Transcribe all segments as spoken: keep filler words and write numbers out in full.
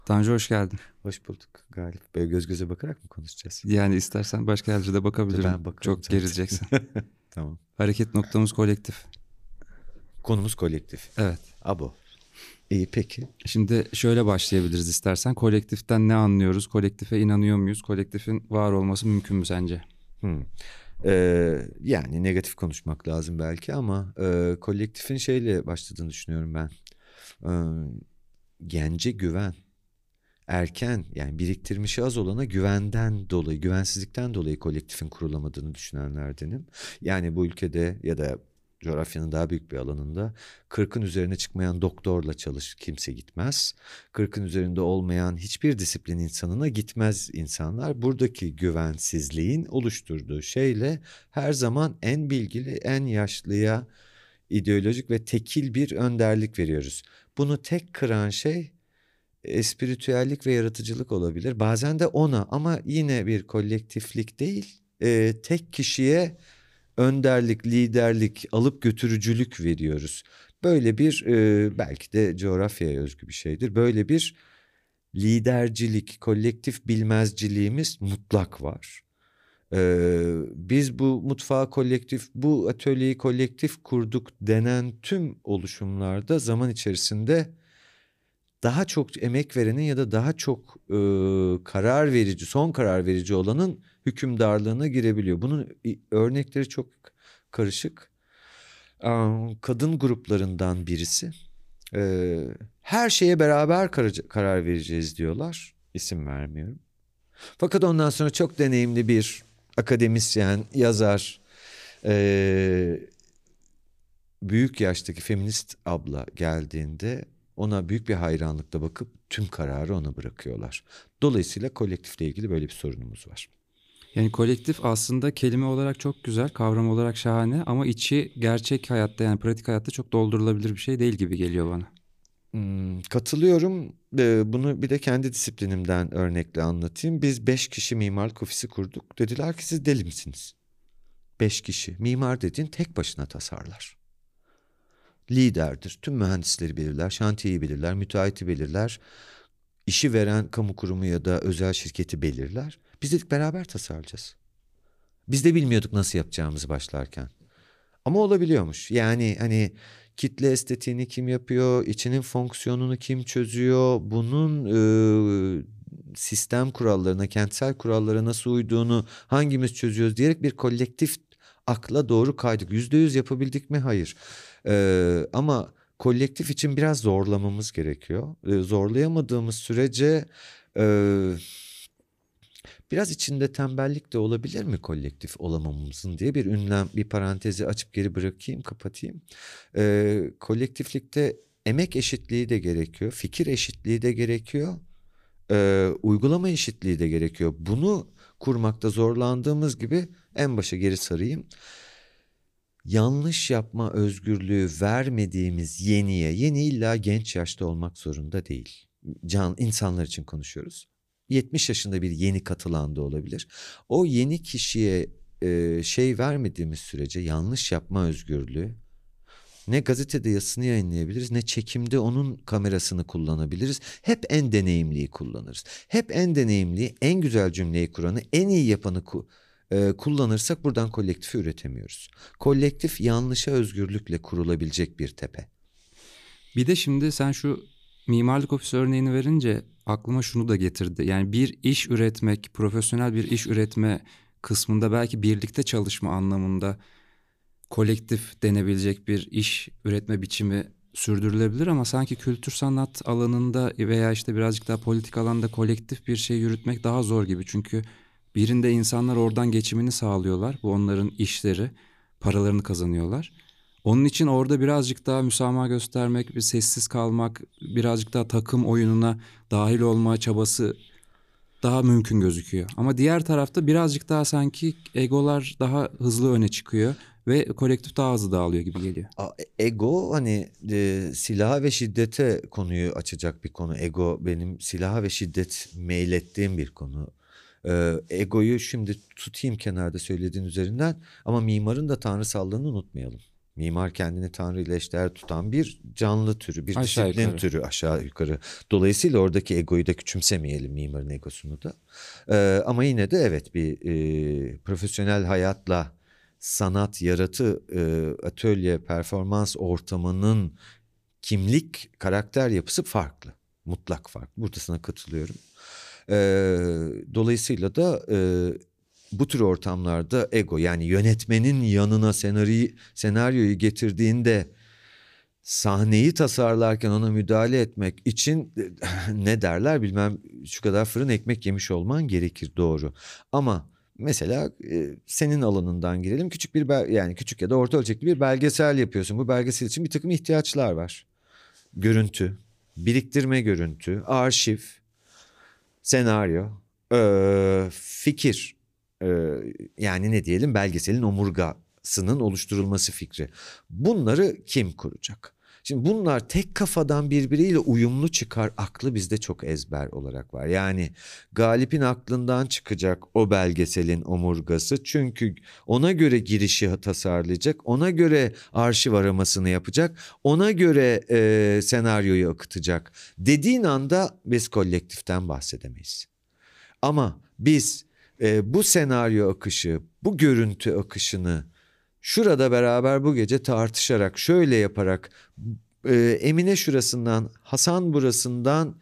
Tanju hoş geldin. Hoş bulduk Galip. Böyle göz göze bakarak mı konuşacağız? Yani istersen başka yerlere de Dur bakabilirim. ben bakarım Çok zaten. gerizeceksin. Tamam. Hareket noktamız kolektif. Konumuz kolektif. Evet. Abo. İyi peki. Şimdi şöyle başlayabiliriz istersen. Kolektiften ne anlıyoruz? Kolektife inanıyor muyuz? Kolektifin var olması mümkün mü sence? Hmm. Ee, yani negatif konuşmak lazım belki ama e, kolektifin şeyle başladığını düşünüyorum ben. Ee, Gence güven. Erken yani biriktirmişi az olana güvenden dolayı, güvensizlikten dolayı kolektifin kurulamadığını düşünenlerdenim. Yani bu ülkede ya da coğrafyanın daha büyük bir alanında kırkın üzerine çıkmayan doktorla çalış kimse gitmez. Kırkın üzerinde olmayan hiçbir disiplin insanına gitmez insanlar. Buradaki güvensizliğin oluşturduğu şeyle her zaman en bilgili, en yaşlıya ideolojik ve tekil bir önderlik veriyoruz. Bunu tek kıran şey espiritüellik ve yaratıcılık olabilir. Bazen de ona ama yine bir kolektiflik değil, e, tek kişiye önderlik, liderlik, alıp götürücülük veriyoruz. Böyle bir e, belki de coğrafyaya özgü bir şeydir. Böyle bir lidercilik, kolektif bilmezciliğimiz mutlak var. Ee, biz bu mutfağı kolektif, bu atölyeyi kolektif kurduk denen tüm oluşumlarda zaman içerisinde daha çok emek verenin ya da daha çok e, karar verici, son karar verici olanın hükümdarlığına girebiliyor. Bunun örnekleri çok karışık. Kadın gruplarından birisi. E, her şeye beraber kar- karar vereceğiz diyorlar. İsim vermiyorum. Fakat ondan sonra çok deneyimli bir akademisyen, yazar, e, büyük yaştaki feminist abla geldiğinde ona büyük bir hayranlıkla bakıp tüm kararı ona bırakıyorlar. Dolayısıyla kolektifle ilgili böyle bir sorunumuz var. Yani kolektif aslında kelime olarak çok güzel, kavram olarak şahane ama içi gerçek hayatta yani pratik hayatta çok doldurulabilir bir şey değil gibi geliyor bana. Hmm, katılıyorum. Ee, bunu bir de kendi disiplinimden örnekle anlatayım. Biz beş kişi mimarlık ofisi kurduk. Dediler ki siz deli misiniz? Beş kişi. Mimar dediğin tek başına tasarlar. Liderdir. Tüm mühendisleri belirler, şantiyeyi belirler, müteahhiti belirler. İşi veren kamu kurumu ya da özel şirketi belirler. Biz dedik beraber tasarlayacağız. Biz de bilmiyorduk nasıl yapacağımızı başlarken. Ama olabiliyormuş. Yani hani kitle estetiğini kim yapıyor, içinin fonksiyonunu kim çözüyor, bunun e, sistem kurallarına, kentsel kurallara nasıl uyduğunu hangimiz çözüyoruz diyerek bir kolektif akla doğru kaydık. Yüzde yüz yapabildik mi? Hayır. E, ama kolektif için biraz zorlamamız gerekiyor. E, zorlayamadığımız sürece e, biraz içinde tembellik de olabilir mi kolektif olamamamızın diye bir ünlem, bir parantezi açıp geri bırakayım, kapatayım. Ee, kolektiflikte emek eşitliği de gerekiyor, fikir eşitliği de gerekiyor, ee, uygulama eşitliği de gerekiyor. Bunu kurmakta zorlandığımız gibi en başa geri sarayım. Yanlış yapma özgürlüğü vermediğimiz yeniye, yeni illa genç yaşta olmak zorunda değil. Can, insanlar için konuşuyoruz. yetmiş yaşında bir yeni katılan da olabilir. O yeni kişiye e, şey vermediğimiz sürece yanlış yapma özgürlüğü ne gazetede yazısını yayınlayabiliriz ne çekimde onun kamerasını kullanabiliriz. Hep en deneyimliyi kullanırız. Hep en deneyimliyi, en güzel cümleyi kuranı, en iyi yapanı ku- e, kullanırsak buradan kolektifi üretemiyoruz. Kolektif yanlışa özgürlükle kurulabilecek bir tepe. Bir de şimdi sen şu mimarlık ofisi örneğini verince aklıma şunu da getirdi. Yani bir iş üretmek, profesyonel bir iş üretme kısmında belki birlikte çalışma anlamında kolektif denebilecek bir iş üretme biçimi sürdürülebilir ama sanki kültür sanat alanında veya işte birazcık daha politik alanda kolektif bir şey yürütmek daha zor gibi. Çünkü birinde insanlar oradan geçimini sağlıyorlar. Bu onların işleri, paralarını kazanıyorlar. Onun için orada birazcık daha müsamaha göstermek, bir sessiz kalmak, birazcık daha takım oyununa dahil olma çabası daha mümkün gözüküyor. Ama diğer tarafta birazcık daha sanki egolar daha hızlı öne çıkıyor ve kolektif daha hızlı dağılıyor gibi geliyor. A- Ego hani e, silaha ve şiddete konuyu açacak bir konu. Ego benim silaha ve şiddet meylettiğim bir konu. Ee, egoyu şimdi tutayım kenarda söylediğin üzerinden ama mimarın da tanrısallığını unutmayalım. Mimar kendini Tanrı ile eşdeğer tutan bir canlı türü, bir Aşağı disiplin yukarı. türü aşağı yukarı. Dolayısıyla oradaki egoyu da küçümsemeyelim, mimarın egosunu da. Ee, ama yine de evet, bir e, profesyonel hayatla sanat, yaratı, e, atölye, performans ortamının kimlik, karakter yapısı farklı. Mutlak farklı. Burada sana katılıyorum. Ee, dolayısıyla da e, bu tür ortamlarda ego, yani yönetmenin yanına senaryoyu, senaryoyu getirdiğinde sahneyi tasarlarken ona müdahale etmek için ne derler bilmem, şu kadar fırın ekmek yemiş olman gerekir, doğru. Ama mesela e, senin alanından girelim, küçük bir bel- yani küçük ya da orta ölçekli bir belgesel yapıyorsun. Bu belgesel için bir takım ihtiyaçlar var. Görüntü, biriktirme görüntü, arşiv, senaryo, e, fikir, e, yani ne diyelim, belgeselin omurgasının oluşturulması fikri. Bunları kim kuracak? Şimdi bunlar tek kafadan birbiriyle uyumlu çıkar. Aklı bizde çok ezber olarak var. Yani Galip'in aklından çıkacak o belgeselin omurgası. Çünkü ona göre girişi tasarlayacak. Ona göre arşiv aramasını yapacak. Ona göre e, senaryoyu akıtacak. Dediğin anda biz kolektiften bahsedemeyiz. Ama biz e, bu senaryo akışı, bu görüntü akışını şurada beraber bu gece tartışarak, şöyle yaparak, e, Emine şurasından, Hasan burasından,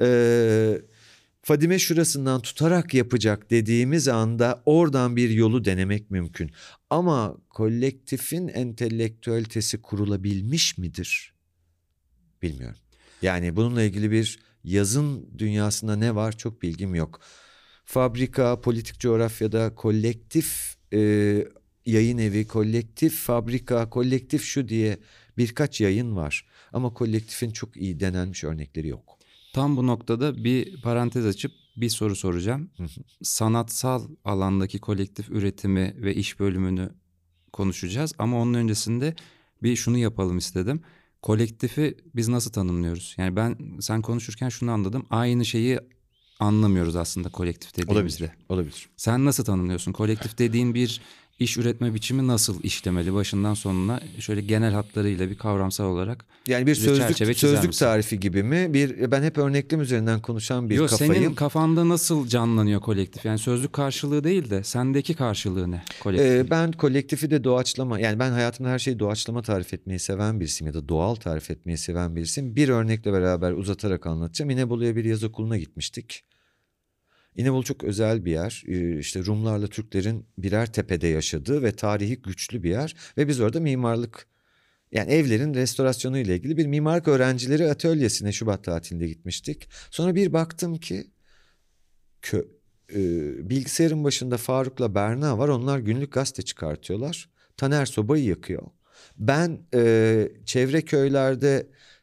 e, Fadime şurasından tutarak yapacak dediğimiz anda oradan bir yolu denemek mümkün. Ama kolektifin entelektüelitesi kurulabilmiş midir? Bilmiyorum. Yani bununla ilgili bir yazın dünyasında ne var çok bilgim yok. Fabrika, politik coğrafyada kolektif e, yayın evi, kolektif fabrika, kolektif şu diye birkaç yayın var. Ama kolektifin çok iyi denenmiş örnekleri yok. Tam bu noktada bir parantez açıp bir soru soracağım. Sanatsal alandaki kolektif üretimi ve iş bölümünü konuşacağız. Ama onun öncesinde bir şunu yapalım istedim. Kolektifi biz nasıl tanımlıyoruz? Yani ben sen konuşurken şunu anladım. Aynı şeyi anlamıyoruz aslında kolektif dediğimizde. Olabilir, olabilir. Sen nasıl tanımlıyorsun? Kolektif dediğin bir iş üretme biçimi nasıl işlemeli başından sonuna? Şöyle genel hatlarıyla bir kavramsal olarak Yani bir bize çerçeve sözlük çizer sözlük misin? tarifi gibi mi? Bir, ben hep örneklem üzerinden konuşan bir Yo, kafayım. senin kafanda nasıl canlanıyor kolektif? Yani sözlük karşılığı değil de sendeki karşılığı ne kolektif? Ee, ben kolektifi de doğaçlama, yani ben hayatımda her şeyi doğaçlama tarif etmeyi seven birisiyim ya da doğal tarif etmeyi seven birisiyim. Bir örnekle beraber uzatarak anlatacağım. İnebolu'ya bir yaz okuluna gitmiştik. İnebolu çok özel bir yer. Ee, işte Rumlarla Türklerin birer tepede yaşadığı ve tarihi güçlü bir yer. Ve biz orada mimarlık, yani evlerin restorasyonu ile ilgili bir mimarlık öğrencileri atölyesine Şubat tatilinde gitmiştik. Sonra bir baktım ki kö, e, bilgisayarın başında Faruk'la Berna var. Onlar günlük gazete çıkartıyorlar. Taner sobayı yakıyor. Ben e, çevre köylerde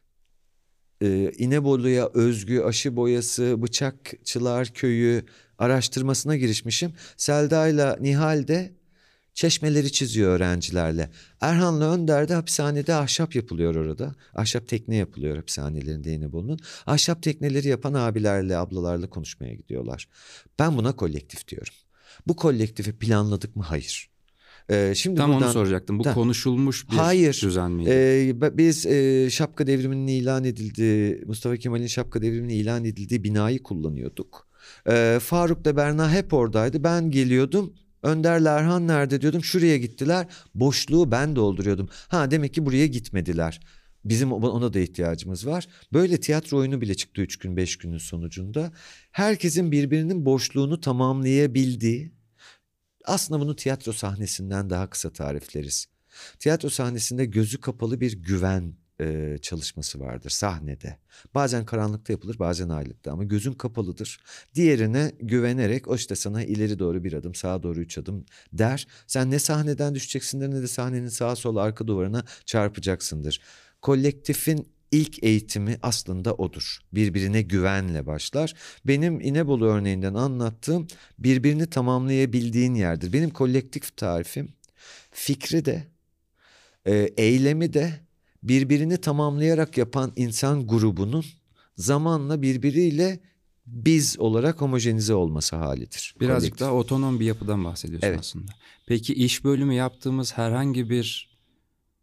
e, İnebolu'ya özgü aşı boyası, Bıçakçılar Köyü araştırmasına girişmişim. Selda ile Nihal de çeşmeleri çiziyor öğrencilerle. Erhan'la Önder de hapishanede ahşap yapılıyor orada. Ahşap tekne yapılıyor hapishanelerinde İnebolu'nun. Ahşap tekneleri yapan abilerle, ablalarla konuşmaya gidiyorlar. Ben buna kolektif diyorum. Bu kolektifi planladık mı? Hayır. Ee, şimdi Tam buradan, onu soracaktım. Bu da, konuşulmuş bir hayır. düzen miydi? Ee, biz e, şapka devriminin ilan edildiği, Mustafa Kemal'in şapka devriminin ilan edildiği binayı kullanıyorduk. Ee, Faruk da Berna hep oradaydı. Ben geliyordum. Önder'le Erhan nerede diyordum. Şuraya gittiler. Boşluğu ben dolduruyordum. Ha, demek ki buraya gitmediler. Bizim ona da ihtiyacımız var. Böyle tiyatro oyunu bile çıktı üç gün beş günün sonucunda. Herkesin birbirinin boşluğunu tamamlayabildiği, aslında bunu tiyatro sahnesinden daha kısa tarifleriz. Tiyatro sahnesinde gözü kapalı bir güven e, çalışması vardır sahnede. Bazen karanlıkta yapılır, bazen aydınlıkta, ama gözün kapalıdır. Diğerine güvenerek o işte sana ileri doğru bir adım, sağa doğru üç adım der. Sen ne sahneden düşeceksindir ne de sahnenin sağa sola arka duvarına çarpacaksındır. Kolektifin İlk eğitimi aslında odur. Birbirine güvenle başlar. Benim İnebolu örneğinden anlattığım birbirini tamamlayabildiğin yerdir. Benim kolektif tarifim fikri de, e, eylemi de birbirini tamamlayarak yapan insan grubunun zamanla birbiriyle biz olarak homojenize olması halidir. Birazcık Kolektif. daha otonom bir yapıdan bahsediyorsun Evet. aslında. Peki iş bölümü yaptığımız herhangi bir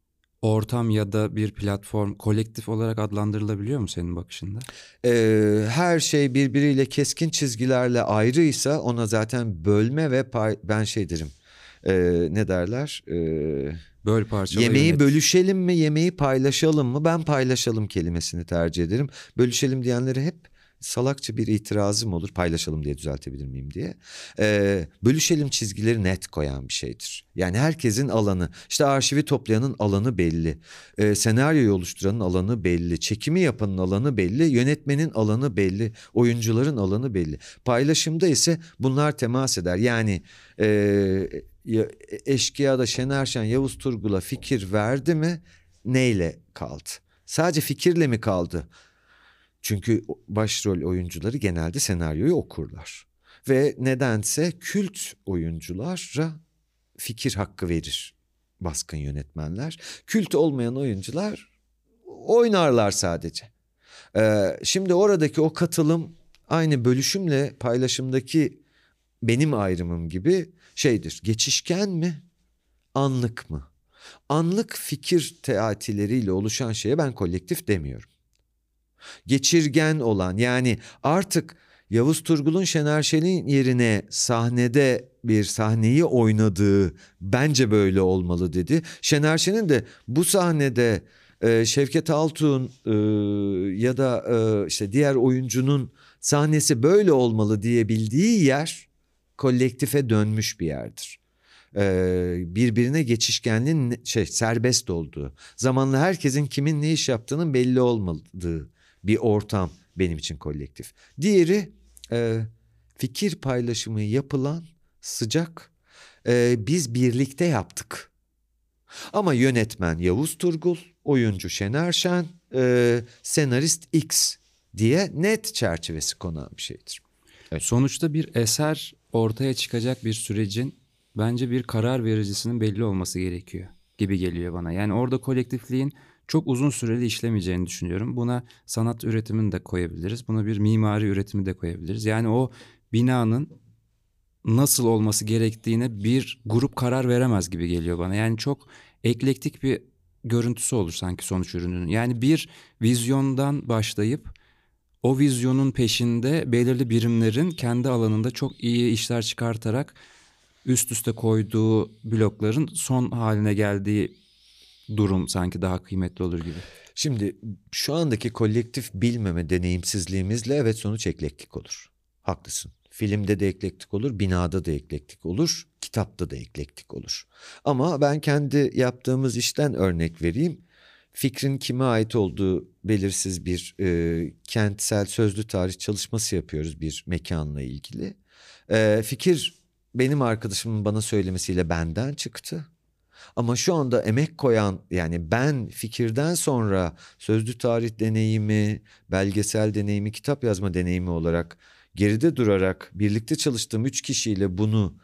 ortam ya da bir platform kolektif olarak adlandırılabiliyor mu senin bakışında? Ee, her şey birbiriyle keskin çizgilerle ayrıysa ona zaten bölme ve pay, ben şey derim. Ee, ne derler? Ee, Böl, parçala, yemeği yönet. bölüşelim mi, yemeği paylaşalım mı? Ben paylaşalım kelimesini tercih ederim. Bölüşelim diyenlere hep salakça bir itirazım olur. Paylaşalım diye düzeltebilir miyim diye. Ee, bölüşelim çizgileri net koyan bir şeydir. Yani herkesin alanı. İşte arşivi toplayanın alanı belli. Ee, senaryoyu oluşturanın alanı belli. Çekimi yapanın alanı belli. Yönetmenin alanı belli. Oyuncuların alanı belli. Paylaşımda ise bunlar temas eder. Yani e, Eşkıya'da Şener Şen Yavuz Turgul'a fikir verdi mi? Neyle kaldı? Sadece fikirle mi kaldı? Çünkü başrol oyuncuları genelde senaryoyu okurlar. Ve nedense kült oyunculara fikir hakkı verir baskın yönetmenler. Kült olmayan oyuncular oynarlar sadece. Ee, şimdi oradaki o katılım aynı bölüşümle paylaşımdaki benim ayrımım gibi şeydir. Geçişken mi, anlık mı? Anlık fikir teatileriyle oluşan şeye ben kolektif demiyorum. Geçirgen olan, yani artık Yavuz Turgul'un Şener Şen'in yerine sahnede bir sahneyi oynadığı bence böyle olmalı dedi. Şener Şen'in de bu sahnede e, Şevket Altun e, ya da e, işte diğer oyuncunun sahnesi böyle olmalı diyebildiği yer kolektife dönmüş bir yerdir. Ee, birbirine geçişkenliğin şey serbest olduğu, zamanla herkesin kimin ne iş yaptığının belli olmadığı bir ortam benim için kolektif. Diğeri e, fikir paylaşımı yapılan sıcak, e, biz birlikte yaptık. Ama yönetmen Yavuz Turgul, oyuncu Şener Şen, e, senarist X diye net çerçevesi konan bir şeydir. Evet. Sonuçta bir eser ortaya çıkacak bir sürecin bence bir karar vericisinin belli olması gerekiyor gibi geliyor bana. Yani orada kolektifliğin çok uzun süreli işlemeyeceğini düşünüyorum. Buna sanat üretimini de koyabiliriz. Buna bir mimari üretimi de koyabiliriz. Yani o binanın nasıl olması gerektiğine bir grup karar veremez gibi geliyor bana. Yani çok eklektik bir görüntüsü olur sanki sonuç ürününün. Yani bir vizyondan başlayıp o vizyonun peşinde belirli birimlerin kendi alanında çok iyi işler çıkartarak üst üste koyduğu blokların son haline geldiği durum sanki daha kıymetli olur gibi. Şimdi şu andaki kolektif bilmeme deneyimsizliğimizle evet sonuç eklektik olur. Haklısın. Filmde de eklektik olur, binada da eklektik olur, kitapta da eklektik olur. Ama ben kendi yaptığımız işten örnek vereyim. Fikrin kime ait olduğu belirsiz bir e, kentsel sözlü tarih çalışması yapıyoruz bir mekanla ilgili. E, fikir benim arkadaşımın bana söylemesiyle benden çıktı. Ama şu anda emek koyan, yani ben fikirden sonra sözlü tarih deneyimi, belgesel deneyimi, kitap yazma deneyimi olarak geride durarak birlikte çalıştığım üç kişiyle bunu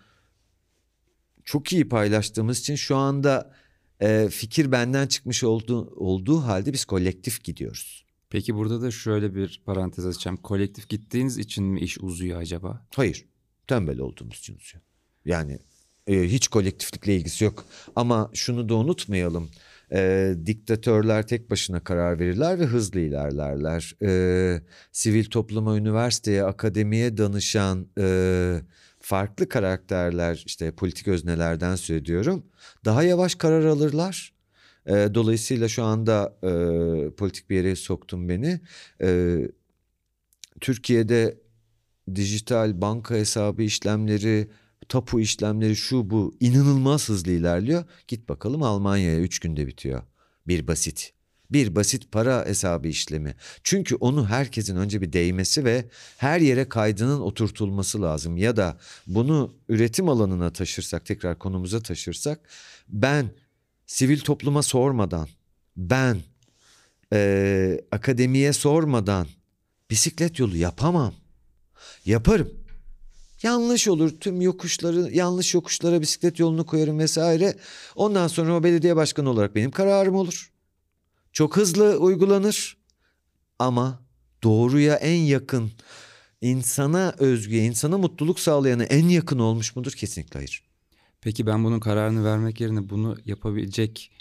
çok iyi paylaştığımız için şu anda e, fikir benden çıkmış olduğu, olduğu halde biz kolektif gidiyoruz. Peki burada da şöyle bir parantez açacağım. Kolektif gittiğiniz için mi iş uzuyor acaba? Hayır, tembel olduğumuz için uzuyor. Yani e, hiç kolektiflikle ilgisi yok. Ama şunu da unutmayalım. E, diktatörler tek başına karar verirler ve hızlı ilerlerler. E, sivil topluma, üniversiteye, akademiye danışan e, farklı karakterler, işte politik öznelerden söylüyorum, daha yavaş karar alırlar. E, dolayısıyla şu anda e, politik bir yere soktun beni. E, Türkiye'de dijital banka hesabı işlemleri, tapu işlemleri, şu bu inanılmaz hızlı ilerliyor. Git bakalım Almanya'ya, üç günde bitiyor. Bir basit. Bir basit para hesabı işlemi. Çünkü onu herkesin önce bir değmesi ve her yere kaydının oturtulması lazım. Ya da bunu üretim alanına taşırsak, tekrar konumuza taşırsak, ben sivil topluma sormadan, ben e, akademiye sormadan bisiklet yolu yapamam. Yaparım. Yanlış olur. Tüm yokuşları, yanlış yokuşlara bisiklet yolunu koyarım vesaire. Ondan sonra o belediye başkanı olarak benim kararım olur. Çok hızlı uygulanır. Ama doğruya en yakın, insana özgü, insana mutluluk sağlayana en yakın olmuş mudur? Kesinlikle hayır. Peki ben bunun kararını vermek yerine bunu yapabilecek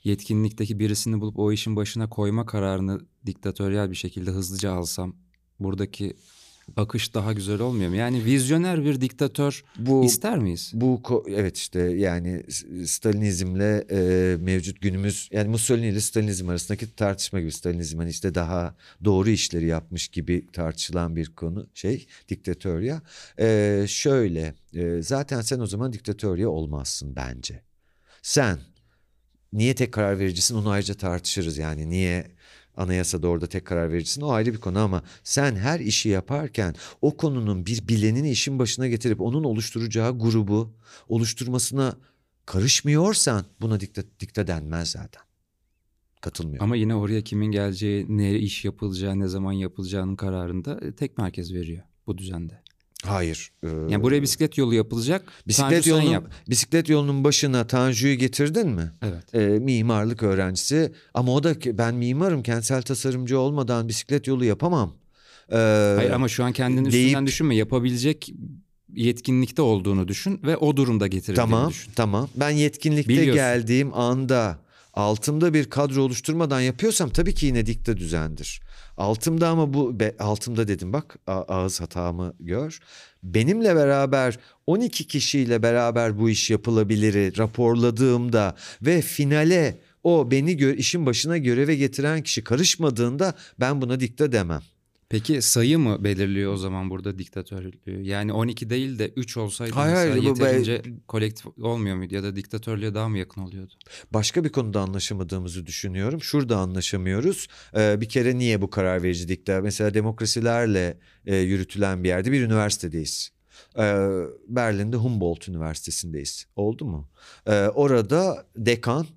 yetkinlikteki birisini bulup o işin başına koyma kararını diktatöryal bir şekilde hızlıca alsam buradaki akış daha güzel olmuyor mu? Yani vizyoner bir diktatör Bu ister miyiz? bu ko- evet işte yani S- Stalinizmle e, mevcut günümüz, yani Mussolini ile Stalinizm arasındaki tartışma gibi. Stalinizm hani işte daha doğru işleri yapmış gibi tartışılan bir konu şey diktatörya. E, şöyle e, zaten sen o zaman diktatörya olmazsın bence. Sen niye tek karar vericisin, onu ayrıca tartışırız. Yani niye anayasada orada tek karar vericisin, o ayrı bir konu, ama sen her işi yaparken o konunun bir bilenini işin başına getirip onun oluşturacağı grubu oluşturmasına karışmıyorsan buna dikta, dikta denmez zaten. Katılmıyorum. Ama yine oraya kimin geleceği, ne iş yapılacağı, ne zaman yapılacağının kararını da tek merkez veriyor bu düzende. Hayır. E, Yani buraya bisiklet yolu yapılacak. bisiklet Tanju sen yolunun yap. bisiklet yolunun başına Tanju'yu getirdin mi? Evet. E, mimarlık öğrencisi, ama o da ki ben mimarım, kentsel tasarımcı olmadan bisiklet yolu yapamam. E, Hayır ama şu an kendini deyip- üstünden düşünme. Yapabilecek yetkinlikte olduğunu düşün ve o durumda getirildiğini Tamam, düşün. tamam. Ben yetkinlikte Biliyorsun. geldiğim anda altımda bir kadro oluşturmadan yapıyorsam tabii ki yine dikta düzendir. Altımda, ama bu be, altımda dedim bak, a- ağız hatamı gör. Benimle beraber on iki kişiyle beraber bu iş yapılabilir raporladığımda ve finale o beni gö- işin başına göreve getiren kişi karışmadığında ben buna dikta demem. Peki sayı mı belirliyor o zaman burada diktatörlüğü? Yani on iki değil de üç olsaydı Hayır, mesela hayır, bu be- yeterince kolektif olmuyor muydu? Ya da diktatörlüğe daha mı yakın oluyordu? Başka bir konuda anlaşamadığımızı düşünüyorum. Şurada anlaşamıyoruz. Ee, bir kere niye bu karar vericilikte? Mesela demokrasilerle e, yürütülen bir yerde, bir üniversitedeyiz. Ee, Berlin'de Humboldt Üniversitesi'ndeyiz. Oldu mu? Ee, orada dekan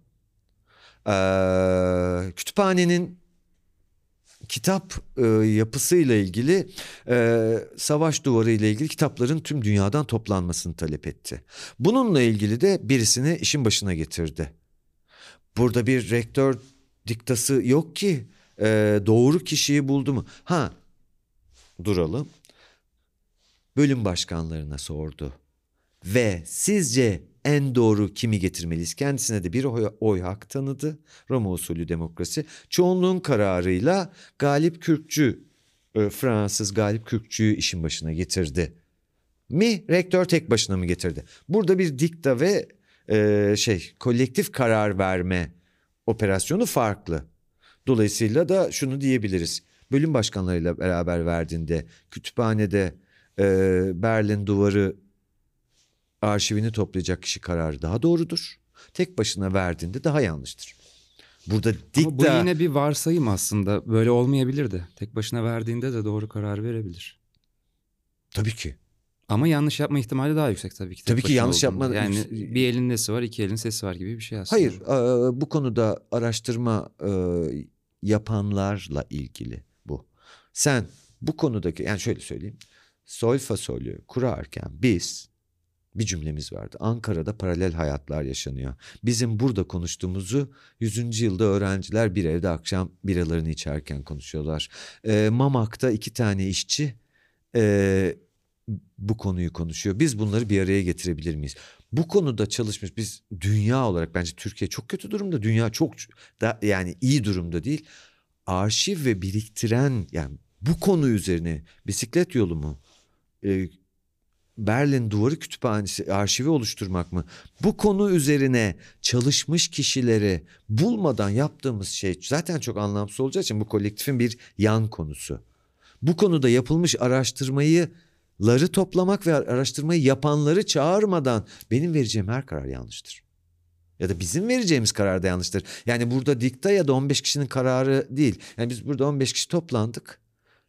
e, kütüphanenin kitap e, yapısıyla ilgili, e, savaş duvarı ile ilgili kitapların tüm dünyadan toplanmasını talep etti. Bununla ilgili de birisini işin başına getirdi. Burada bir rektör diktası yok ki. E, doğru kişiyi buldu mu? Ha, duralım. Bölüm başkanlarına sordu. Ve sizce en doğru kimi getirmeliyiz? Kendisine de bir oy, oy hak tanıdı. Roma usulü demokrasi. Çoğunluğun kararıyla Galip Kürkçü, e, Fransız Galip Kürkçü'yü işin başına getirdi. Mi? Rektör tek başına mı getirdi? Burada bir dikta ve e, şey kolektif karar verme operasyonu farklı. Dolayısıyla da şunu diyebiliriz. Bölüm başkanlarıyla beraber verdiğinde kütüphanede e, Berlin Duvarı arşivini toplayacak kişi kararı daha doğrudur. Tek başına verdiğinde daha yanlıştır. Burada dikta... Ama bu yine bir varsayım aslında. Böyle olmayabilir de. Tek başına verdiğinde de doğru karar verebilir. Tabii ki. Ama yanlış yapma ihtimali daha yüksek tabii ki. Tek Tabii ki başına yanlış olduğunda. yapma- Yani bir elin nesi var, iki elin sesi var gibi bir şey aslında. Hayır, e, bu konuda araştırma e, yapanlarla ilgili bu. Sen bu konudaki, yani şöyle söyleyeyim. Sol fasolü kurarken biz, bir cümlemiz vardı. Ankara'da paralel hayatlar yaşanıyor. Bizim burada konuştuğumuzu yüzüncü yılda öğrenciler bir evde akşam biralarını içerken konuşuyorlar. E, Mamak'ta iki tane işçi e, bu konuyu konuşuyor. Biz bunları bir araya getirebilir miyiz? Bu konuda çalışmış, biz dünya olarak, bence Türkiye çok kötü durumda. Dünya çok da, yani iyi durumda değil. Arşiv ve biriktiren, yani bu konu üzerine bisiklet yolu mu? E, Berlin Duvarı Kütüphanesi arşivi oluşturmak mı? Bu konu üzerine çalışmış kişileri bulmadan yaptığımız şey zaten çok anlamsız olacağı için bu kolektifin bir yan konusu. Bu konuda yapılmış araştırmayı ları toplamak ve araştırmayı yapanları çağırmadan benim vereceğim her karar yanlıştır. Ya da bizim vereceğimiz karar da yanlıştır. Yani burada dikta ya da on beş kişinin kararı değil. Yani biz burada on beş kişi toplandık.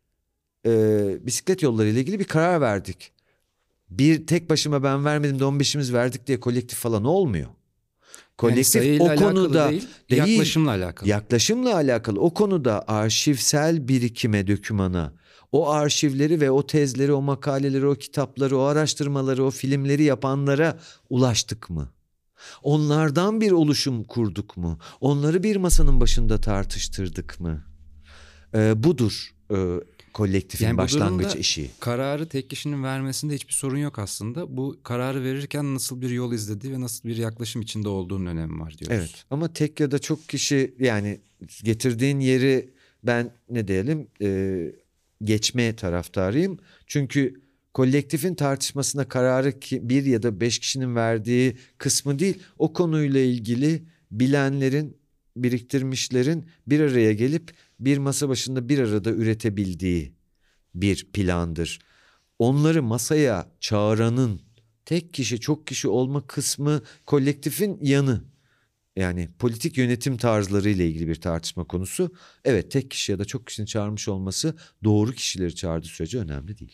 Ee, bisiklet yolları ile ilgili bir karar verdik. Bir tek başıma ben vermedim de on beşimiz verdik diye kolektif falan olmuyor. Kolektif yani o konuda değil, değil, yaklaşımla alakalı. Yaklaşımla alakalı. O konuda arşivsel birikime, dökümana, o arşivleri ve o tezleri, o makaleleri, o kitapları, o araştırmaları, o filmleri yapanlara ulaştık mı? Onlardan bir oluşum kurduk mu? Onları bir masanın başında tartıştırdık mı? Ee, budur. Ee, kolektifin Yani bu başlangıç durumda işi. kararı tek kişinin vermesinde hiçbir sorun yok aslında. Bu kararı verirken nasıl bir yol izlediği ve nasıl bir yaklaşım içinde olduğunun önemi var diyoruz. Evet, ama tek ya da çok kişi, yani getirdiğin yeri ben ne diyelim e, geçme taraftarıyım. Çünkü kolektifin tartışmasına kararı ki bir ya da beş kişinin verdiği kısmı değil, o konuyla ilgili bilenlerin, biriktirmişlerin bir araya gelip bir masa başında bir arada üretebildiği bir plandır. Onları masaya çağıranın tek kişi çok kişi olma kısmı kolektifin yanı. Yani politik yönetim tarzları ile ilgili bir tartışma konusu. Evet, tek kişi ya da çok kişinin çağırmış olması doğru kişileri çağırdığı sürece önemli değil.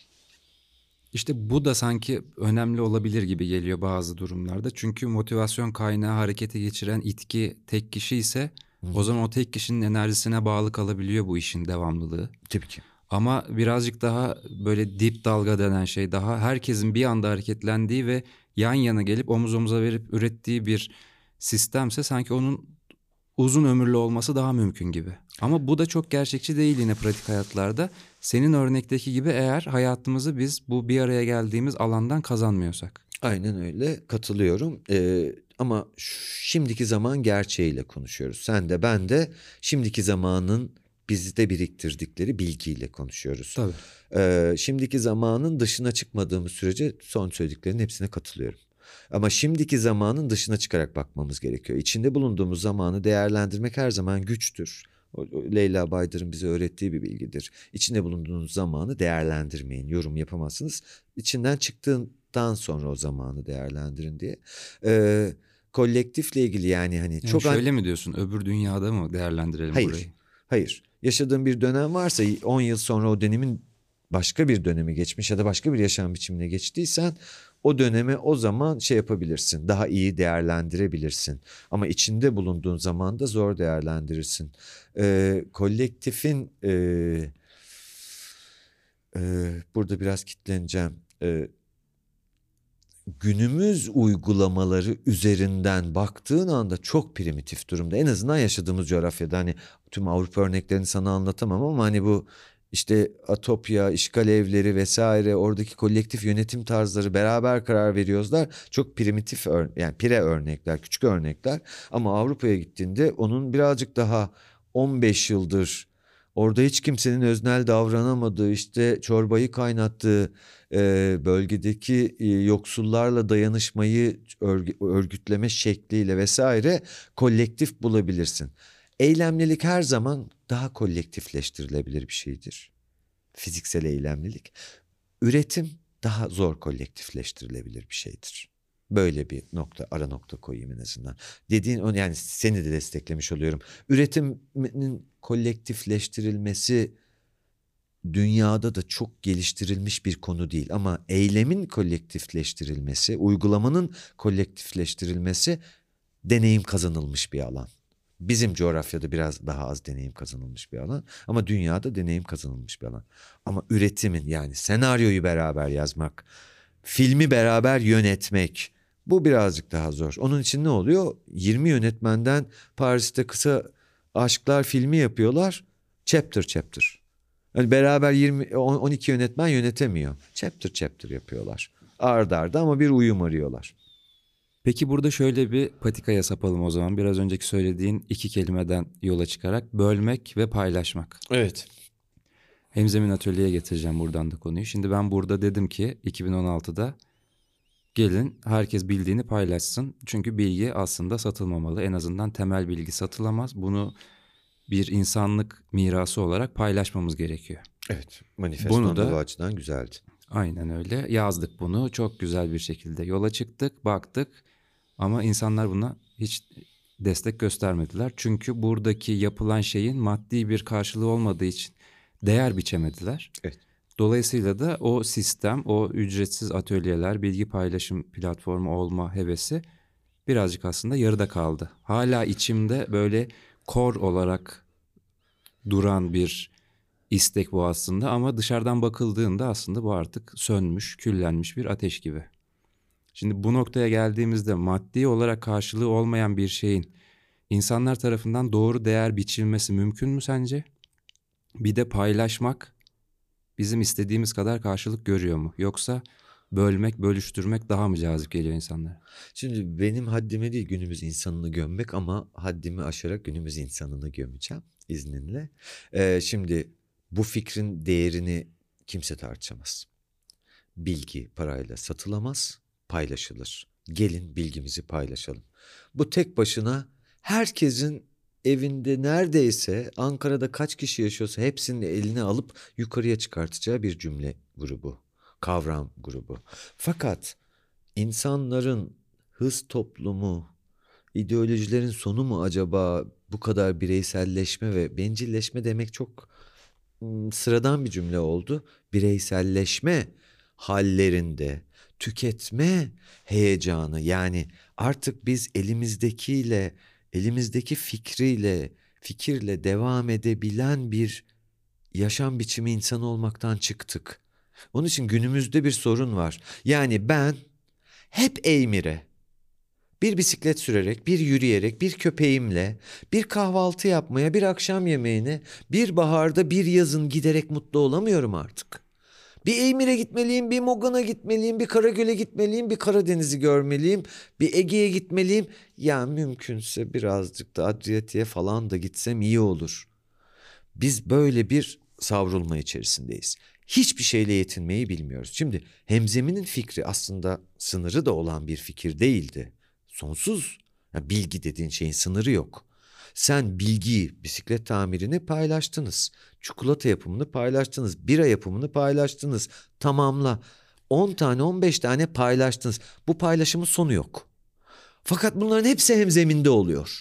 İşte bu da sanki önemli olabilir gibi geliyor bazı durumlarda. Çünkü motivasyon kaynağı harekete geçiren itki tek kişi ise Hı. o zaman o tek kişinin enerjisine bağlı kalabiliyor bu işin devamlılığı. Tabii ki. Ama birazcık daha böyle dip dalga denen şey, daha herkesin bir anda hareketlendiği ve yan yana gelip omuz omuza verip ürettiği bir sistemse sanki onun uzun ömürlü olması daha mümkün gibi. Ama bu da çok gerçekçi değil yine pratik hayatlarda. Senin örnekteki gibi, eğer hayatımızı biz bu bir araya geldiğimiz alandan kazanmıyorsak. Aynen öyle, katılıyorum. Ee, ama şimdiki zaman gerçeğiyle konuşuyoruz. Sen de ben de şimdiki zamanın bizde biriktirdikleri bilgiyle konuşuyoruz. Tabii. Ee, şimdiki zamanın dışına çıkmadığımız sürece son söylediklerinin hepsine katılıyorum. Ama şimdiki zamanın dışına çıkarak bakmamız gerekiyor. İçinde bulunduğumuz zamanı değerlendirmek her zaman güçtür. O, o Leyla Baydır'ın bize öğrettiği bir bilgidir. İçinde bulunduğunuz zamanı değerlendirmeyin, yorum yapamazsınız. İçinden çıktığından sonra o zamanı değerlendirin diye. Ee, kolektifle ilgili yani hani Yani çok... şöyle mi diyorsun, öbür dünyada mı değerlendirelim Hayır, burayı? hayır. Yaşadığın bir dönem varsa on yıl sonra o dönemin başka bir dönemi geçmiş ya da başka bir yaşam biçimine geçtiysen o dönemi o zaman şey yapabilirsin. Daha iyi değerlendirebilirsin. Ama içinde bulunduğun zaman da zor değerlendirirsin. Ee, kolektifin e, e, burada biraz kitleneceğim. E, günümüz uygulamaları üzerinden baktığın anda çok primitif durumda. En azından yaşadığımız coğrafyada, hani tüm Avrupa örneklerini sana anlatamam ama hani bu işte Atopya, işgal evleri vesaire, oradaki kolektif yönetim tarzları, beraber karar veriyoruzlar. Çok primitif yani pire örnekler, küçük örnekler. Ama Avrupa'ya gittiğinde onun birazcık daha on beş yıldır orada hiç kimsenin öznel davranamadığı, işte çorbayı kaynattığı, e, bölgedeki e, yoksullarla dayanışmayı örgü, örgütleme şekliyle vesaire kolektif bulabilirsin. Eylemlilik her zaman daha kolektifleştirilebilir bir şeydir. Fiziksel eylemlilik. Üretim daha zor kolektifleştirilebilir bir şeydir. Böyle bir nokta, ara nokta koyayım en azından. Dediğin o, yani seni de desteklemiş oluyorum. Üretimin kolektifleştirilmesi dünyada da çok geliştirilmiş bir konu değil. Ama eylemin kolektifleştirilmesi, uygulamanın kolektifleştirilmesi deneyim kazanılmış bir alan. Bizim coğrafyada biraz daha az deneyim kazanılmış bir alan ama dünyada deneyim kazanılmış bir alan. Ama üretimin, yani senaryoyu beraber yazmak, filmi beraber yönetmek, bu birazcık daha zor. Onun için ne oluyor? yirmi yönetmenden Paris'te Kısa Aşklar filmi yapıyorlar. Chapter chapter. Yani beraber yirmi on iki yönetmen yönetemiyor. Chapter chapter yapıyorlar. Arda arda ama bir uyum arıyorlar. Peki burada şöyle bir patikaya sapalım o zaman. Biraz önceki söylediğin iki kelimeden yola çıkarak bölmek ve paylaşmak. Evet. Hemzemin Atölye'ye getireceğim buradan da konuyu. Şimdi ben burada dedim ki iki bin on altıda gelin herkes bildiğini paylaşsın. Çünkü bilgi aslında satılmamalı. En azından temel bilgi satılamaz. Bunu bir insanlık mirası olarak paylaşmamız gerekiyor. Evet. Manifeston da bu açıdan güzeldi. Aynen öyle. Yazdık bunu. Çok güzel bir şekilde yola çıktık, baktık. Ama insanlar buna hiç destek göstermediler. Çünkü buradaki yapılan şeyin maddi bir karşılığı olmadığı için değer biçemediler. Evet. Dolayısıyla da o sistem, o ücretsiz atölyeler, bilgi paylaşım platformu olma hevesi birazcık aslında yarıda kaldı. Hala içimde böyle kor olarak duran bir istek bu aslında, ama dışarıdan bakıldığında aslında bu artık sönmüş, küllenmiş bir ateş gibi. Şimdi bu noktaya geldiğimizde maddi olarak karşılığı olmayan bir şeyin insanlar tarafından doğru değer biçilmesi mümkün mü sence? Bir de paylaşmak bizim istediğimiz kadar karşılık görüyor mu? Yoksa bölmek, bölüştürmek daha mı cazip geliyor insanlara? Şimdi benim haddime değil günümüz insanını gömmek ama haddimi aşarak günümüz insanını gömeceğim izninle. Ee, şimdi bu fikrin değerini kimse tartışamaz. Bilgi parayla satılamaz, paylaşılır. Gelin bilgimizi paylaşalım. Bu tek başına herkesin evinde neredeyse Ankara'da kaç kişi yaşıyorsa hepsinin eline alıp yukarıya çıkartacağı bir cümle grubu, kavram grubu. Fakat insanların hız toplumu, ideolojilerin sonu mu acaba bu kadar bireyselleşme ve bencilleşme demek çok ım, sıradan bir cümle oldu. Bireyselleşme hallerinde tüketme heyecanı yani artık biz elimizdekiyle, elimizdeki fikriyle, fikirle devam edebilen bir yaşam biçimi insan olmaktan çıktık. Onun için günümüzde bir sorun var. Yani ben hep eğmire, bir bisiklet sürerek, bir yürüyerek, bir köpeğimle, bir kahvaltı yapmaya, bir akşam yemeğine, bir baharda, bir yazın giderek mutlu olamıyorum artık. Bir Eymir'e gitmeliyim, bir Mogan'a gitmeliyim, bir Karagöl'e gitmeliyim, bir Karadeniz'i görmeliyim, bir Ege'ye gitmeliyim. Ya mümkünse birazcık da Adriyatik'e falan da gitsem iyi olur. Biz böyle bir savrulma içerisindeyiz. Hiçbir şeyle yetinmeyi bilmiyoruz. Şimdi Hemzemi'nin fikri aslında sınırı da olan bir fikir değildi. Sonsuz. Ya bilgi dediğin şeyin sınırı yok. Sen bilgiyi, bisiklet tamirini paylaştınız. Çikolata yapımını paylaştınız. Bira yapımını paylaştınız. Tamamla. on tane on beş tane paylaştınız. Bu paylaşımın sonu yok. Fakat bunların hepsi hemzeminde oluyor.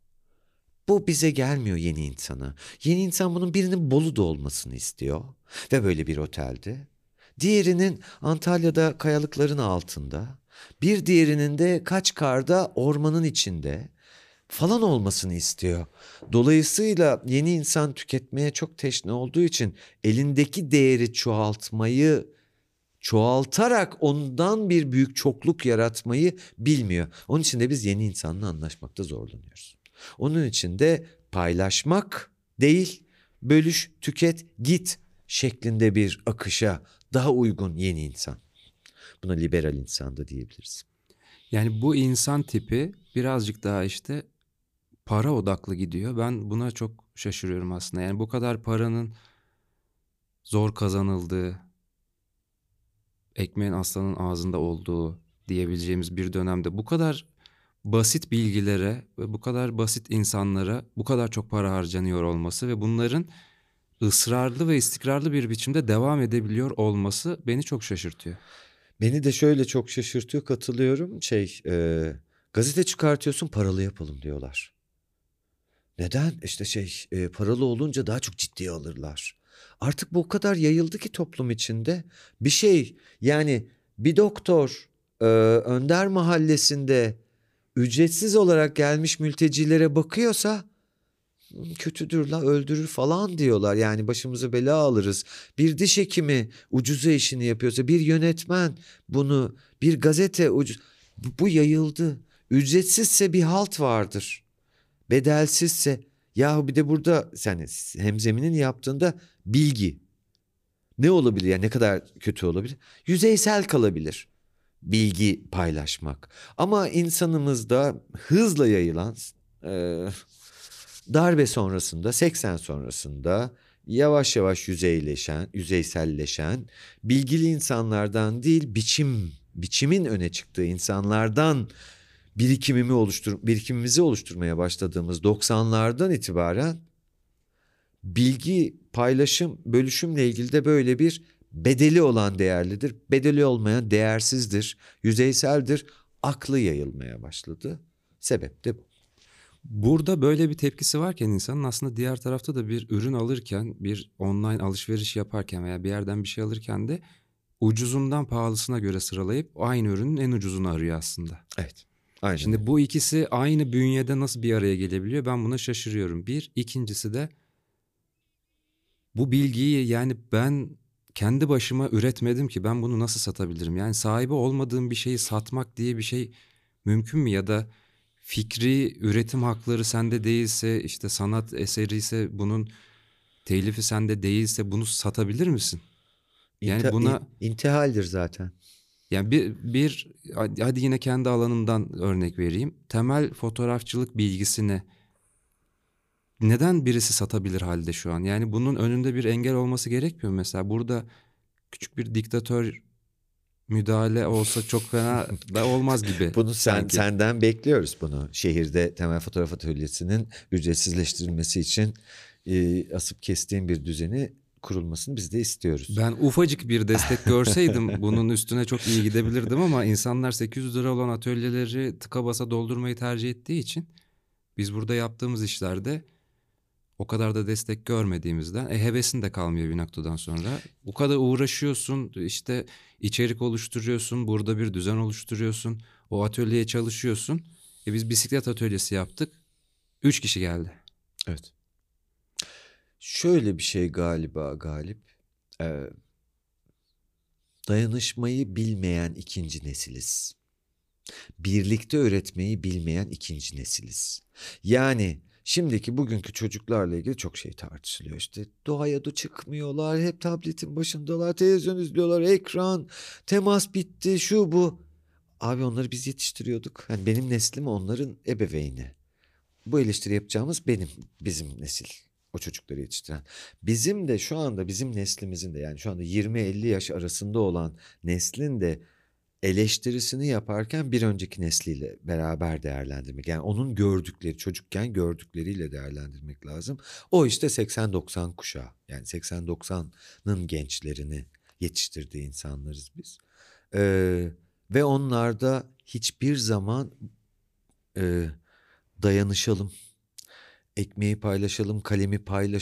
Bu bize gelmiyor yeni insana. Yeni insan bunun birinin Bolu'da olmasını istiyor. Ve böyle bir otelde. Diğerinin Antalya'da kayalıkların altında. Bir diğerinin de Kaçkar'da ormanın içinde falan olmasını istiyor. Dolayısıyla yeni insan tüketmeye çok teşne olduğu için elindeki değeri çoğaltmayı, çoğaltarak ondan bir büyük çokluk yaratmayı bilmiyor. Onun için de biz yeni insanla anlaşmakta zorlanıyoruz. Onun için de paylaşmak değil, bölüş, tüket, git şeklinde bir akışa daha uygun yeni insan. Buna liberal insan da diyebiliriz. Yani bu insan tipi birazcık daha işte para odaklı gidiyor. Ben buna çok şaşırıyorum aslında. Yani bu kadar paranın zor kazanıldığı, ekmeğin aslanın ağzında olduğu diyebileceğimiz bir dönemde bu kadar basit bilgilere ve bu kadar basit insanlara bu kadar çok para harcanıyor olması ve bunların ısrarlı ve istikrarlı bir biçimde devam edebiliyor olması beni çok şaşırtıyor. Beni de şöyle çok şaşırtıyor, katılıyorum. Şey, e, gazete çıkartıyorsun, paralı yapalım diyorlar. Neden? İşte şey, e, paralı olunca daha çok ciddiye alırlar. Artık bu o kadar yayıldı ki toplum içinde. Bir şey, yani bir doktor e, Önder Mahallesi'nde ücretsiz olarak gelmiş mültecilere bakıyorsa kötüdür la, öldürür falan diyorlar. Yani başımıza bela alırız. Bir diş hekimi ucuza işini yapıyorsa, bir yönetmen bunu, bir gazete ucuz. Bu, bu yayıldı. Ücretsizse bir halt vardır. Bedelsizse, yahu bir de burada yani Hemzemi'nin yaptığında bilgi ne olabilir, yani ne kadar kötü olabilir? Yüzeysel kalabilir bilgi paylaşmak. Ama insanımızda hızla yayılan e, darbe sonrasında, seksen sonrasında yavaş yavaş yüzeyleşen, yüzeyselleşen, bilgili insanlardan değil, biçim, biçimin öne çıktığı insanlardan birikimimi oluştur, birikimimizi oluşturmaya başladığımız doksanlardan itibaren bilgi paylaşım, bölüşümle ilgili de böyle bir bedeli olan değerlidir, bedeli olmayan değersizdir, yüzeyseldir, aklı yayılmaya başladı. Sebep de bu. Burada böyle bir tepkisi varken insanın aslında diğer tarafta da bir ürün alırken, bir online alışveriş yaparken veya bir yerden bir şey alırken de ucuzundan pahalısına göre sıralayıp aynı ürünün en ucuzunu arıyor aslında. Evet. Aynen. Şimdi bu ikisi aynı bünyede nasıl bir araya gelebiliyor? Ben buna şaşırıyorum. Bir, ikincisi de bu bilgiyi yani ben kendi başıma üretmedim ki ben bunu nasıl satabilirim? Yani sahibi olmadığım bir şeyi satmak diye bir şey mümkün mü? Ya da fikri üretim hakları sende değilse, işte sanat eseri ise bunun telifi sende değilse bunu satabilir misin? Yani İnti- buna in- intihaldir zaten. yani bir, bir hadi yine kendi alanımdan örnek vereyim. Temel fotoğrafçılık bilgisini neden birisi satabilir halde şu an? Yani bunun önünde bir engel olması gerekmiyor mu? Mesela burada küçük bir diktatör müdahale olsa çok fena da olmaz gibi Bunu sen sanki. senden bekliyoruz bunu. Şehirde temel fotoğraf atölyesinin ücretsizleştirilmesi için e, asıp kestiğin bir düzeni kurulmasını biz de istiyoruz. Ben ufacık bir destek görseydim bunun üstüne çok iyi gidebilirdim ama insanlar sekiz yüz lira olan atölyeleri tıka basa doldurmayı tercih ettiği için biz burada yaptığımız işlerde o kadar da destek görmediğimizden e, hevesin de kalmıyor bir noktadan sonra. Bu kadar uğraşıyorsun, işte içerik oluşturuyorsun, burada bir düzen oluşturuyorsun, o atölyeye çalışıyorsun. E biz bisiklet atölyesi yaptık, üç kişi geldi. Evet. Şöyle bir şey galiba Galip. Ee, dayanışmayı bilmeyen ikinci nesiliz. Birlikte üretmeyi bilmeyen ikinci nesiliz. Yani şimdiki bugünkü çocuklarla ilgili çok şey tartışılıyor. İşte doğaya da çıkmıyorlar, hep tabletin başındalar, televizyon izliyorlar, ekran, temas bitti, şu bu. Abi onları biz yetiştiriyorduk. Hani benim neslim onların ebeveyni. Bu eleştiri yapacağımız benim, bizim nesil. O çocukları yetiştiren. Bizim de şu anda bizim neslimizin de yani şu anda yirmi elli yaş arasında olan neslin de eleştirisini yaparken bir önceki nesliyle beraber değerlendirmek. Yani onun gördükleri, çocukken gördükleriyle değerlendirmek lazım. O işte seksen doksan kuşağı. Yani seksen doksanın gençlerini yetiştirdiği insanlarız biz. Ee, ve onlarda hiçbir zaman e, dayanışalım, ekmeği paylaşalım, kalemi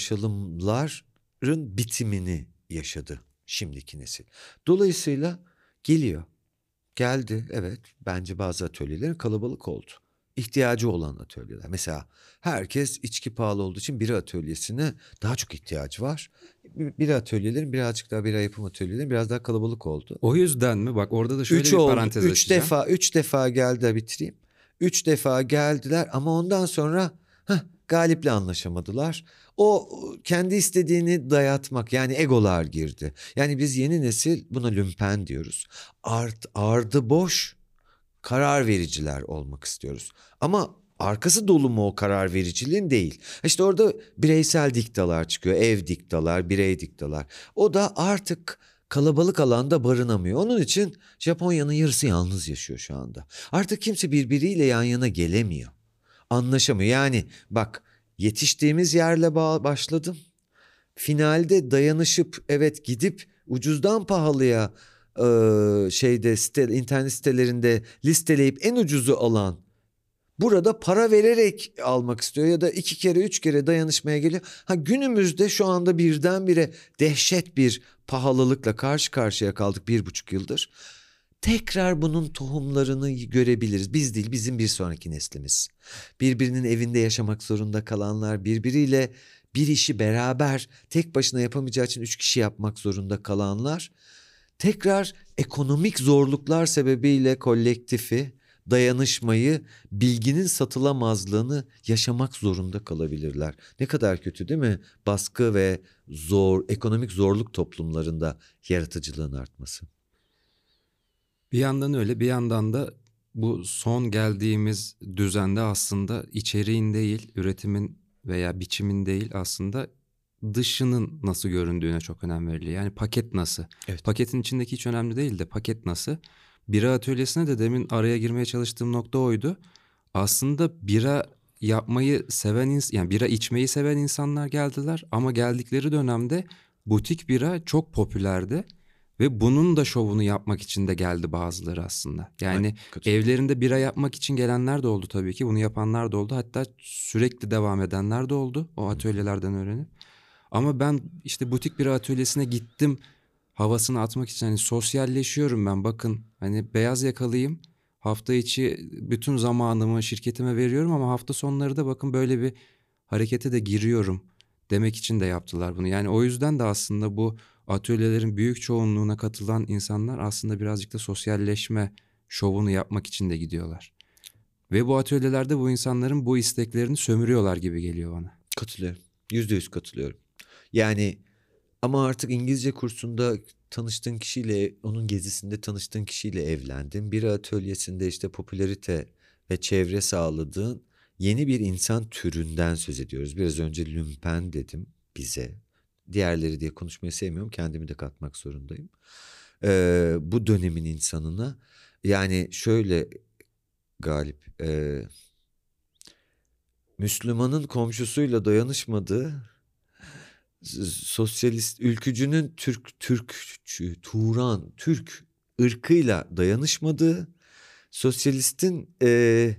paylaşalımların bitimini yaşadı şimdiki nesil. Dolayısıyla geliyor. Geldi, evet, bence bazı atölyelerin kalabalık oldu. İhtiyacı olan atölyeler. Mesela herkes içki pahalı olduğu için bira atölyesine daha çok ihtiyacı var. Bira atölyelerin birazcık daha bira yapım atölyelerin biraz daha kalabalık oldu. O yüzden mi? Bak orada da şöyle Üç bir oldu, parantez üç açacağım. defa, üç defa geldi bitireyim. Üç defa geldiler ama ondan sonra heh, Galip'le anlaşamadılar. O kendi istediğini dayatmak yani egolar girdi. Yani biz yeni nesil buna lümpen diyoruz. Art, ardı boş karar vericiler olmak istiyoruz. Ama arkası dolu mu o karar vericiliğin değil. İşte orada bireysel diktalar çıkıyor. Ev diktalar, birey diktalar. O da artık kalabalık alanda barınamıyor. Onun için Japonya'nın yarısı yalnız yaşıyor şu anda. Artık kimse birbiriyle yan yana gelemiyor. Anlaşamıyor. Yani bak yetiştiğimiz yerle başladım. Finalde dayanışıp evet gidip ucuzdan pahalıya e, şeyde site, internet sitelerinde listeleyip en ucuzu alan burada para vererek almak istiyor ya da iki kere üç kere dayanışmaya geliyor. Ha günümüzde şu anda birdenbire dehşet bir pahalılıkla karşı karşıya kaldık bir buçuk yıldır. Tekrar bunun tohumlarını görebiliriz. Biz değil, bizim bir sonraki neslimiz. Birbirinin evinde yaşamak zorunda kalanlar, birbiriyle bir işi beraber tek başına yapamayacağı için üç kişi yapmak zorunda kalanlar, tekrar ekonomik zorluklar sebebiyle kolektifi, dayanışmayı, bilginin satılamazlığını yaşamak zorunda kalabilirler. Ne kadar kötü değil mi? Baskı ve zor, ekonomik zorluk toplumlarında yaratıcılığın artması. Bir yandan öyle, bir yandan da bu son geldiğimiz düzende aslında içeriğin değil, üretimin veya biçimin değil aslında dışının nasıl göründüğüne çok önem veriliyor. Yani paket nasıl? Evet. Paketin içindeki hiç önemli değil de paket nasıl? Bira atölyesine de demin araya girmeye çalıştığım nokta oydu. Aslında bira yapmayı seven ins- yani bira içmeyi seven insanlar geldiler ama geldikleri dönemde butik bira çok popülerdi. Ve bunun da şovunu yapmak için de geldi bazıları aslında. Yani Ay, evlerinde bira yapmak için gelenler de oldu tabii ki. Bunu yapanlar da oldu. Hatta sürekli devam edenler de oldu o atölyelerden öğrenip. Ama ben işte butik bira atölyesine gittim havasını atmak için. Hani sosyalleşiyorum ben, bakın hani beyaz yakalıyım. Hafta içi bütün zamanımı şirketime veriyorum ama hafta sonları da bakın böyle bir harekete de giriyorum demek için de yaptılar bunu. Yani o yüzden de aslında bu atölyelerin büyük çoğunluğuna katılan insanlar aslında birazcık da sosyalleşme şovunu yapmak için de gidiyorlar. Ve bu atölyelerde bu insanların bu isteklerini sömürüyorlar gibi geliyor bana. Katılıyorum. Yüzde yüz katılıyorum. Yani ama artık İngilizce kursunda tanıştığın kişiyle, onun gezisinde tanıştığın kişiyle evlendin. Bir atölyesinde işte popülarite ve çevre sağladığın yeni bir insan türünden söz ediyoruz. Biraz önce lümpen dedim bize. Diğerleri diye konuşmayı sevmiyorum. Kendimi de katmak zorundayım. Ee, bu dönemin insanına yani şöyle Galip, e, Müslümanın komşusuyla dayanışmadığı, sosyalist ülkücünün Türk Türkçü, Turan, Türk ırkıyla dayanışmadığı, sosyalistin e,